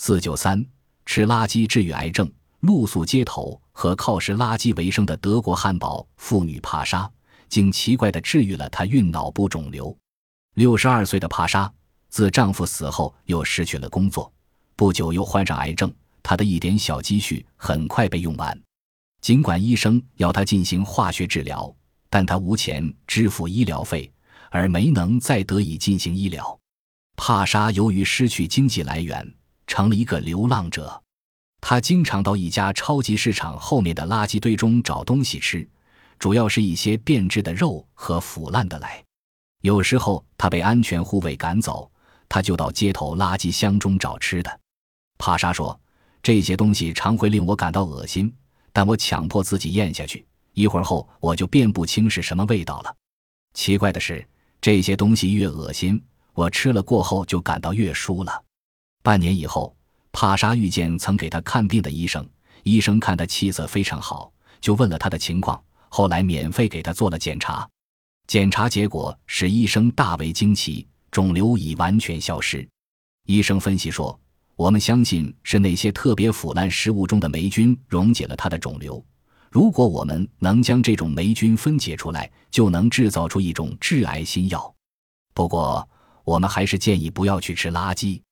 493吃垃圾治愈癌症，露宿街头和靠食垃圾为生的德国汉堡妇女帕莎，竟奇怪地治愈了她孕脑部肿瘤。62岁的帕莎，自丈夫死后又失去了工作，不久又患上癌症，她的一点小积蓄很快被用完。尽管医生要她进行化学治疗，但她无钱支付医疗费，而没能再得以进行医疗。帕莎由于失去经济来源，成了一个流浪者。她经常到一家超级市场后面的垃圾堆中找东西吃，主要是一些变质的肉和腐烂的奶。有时候她被安全护卫赶走，她就到街头垃圾箱中找吃的。帕莎说，这些东西常会令我感到恶心，但我强迫自己咽下去，一会儿后我就辨不清是什么味道了。奇怪的是，这些东西越恶心，我吃了过后就感到越舒了。半年以后，帕莎遇见曾给她看病的医生，医生看她气色非常好，就问了她的情况，后来免费给她做了检查。检查结果使医生大为惊奇，肿瘤已完全消失。医生分析说，我们相信是那些特别腐烂食物中的霉菌溶解了她的肿瘤，如果我们能将这种霉菌分解出来，就能制造出一种治癌新药。不过我们还是建议不要去吃垃圾。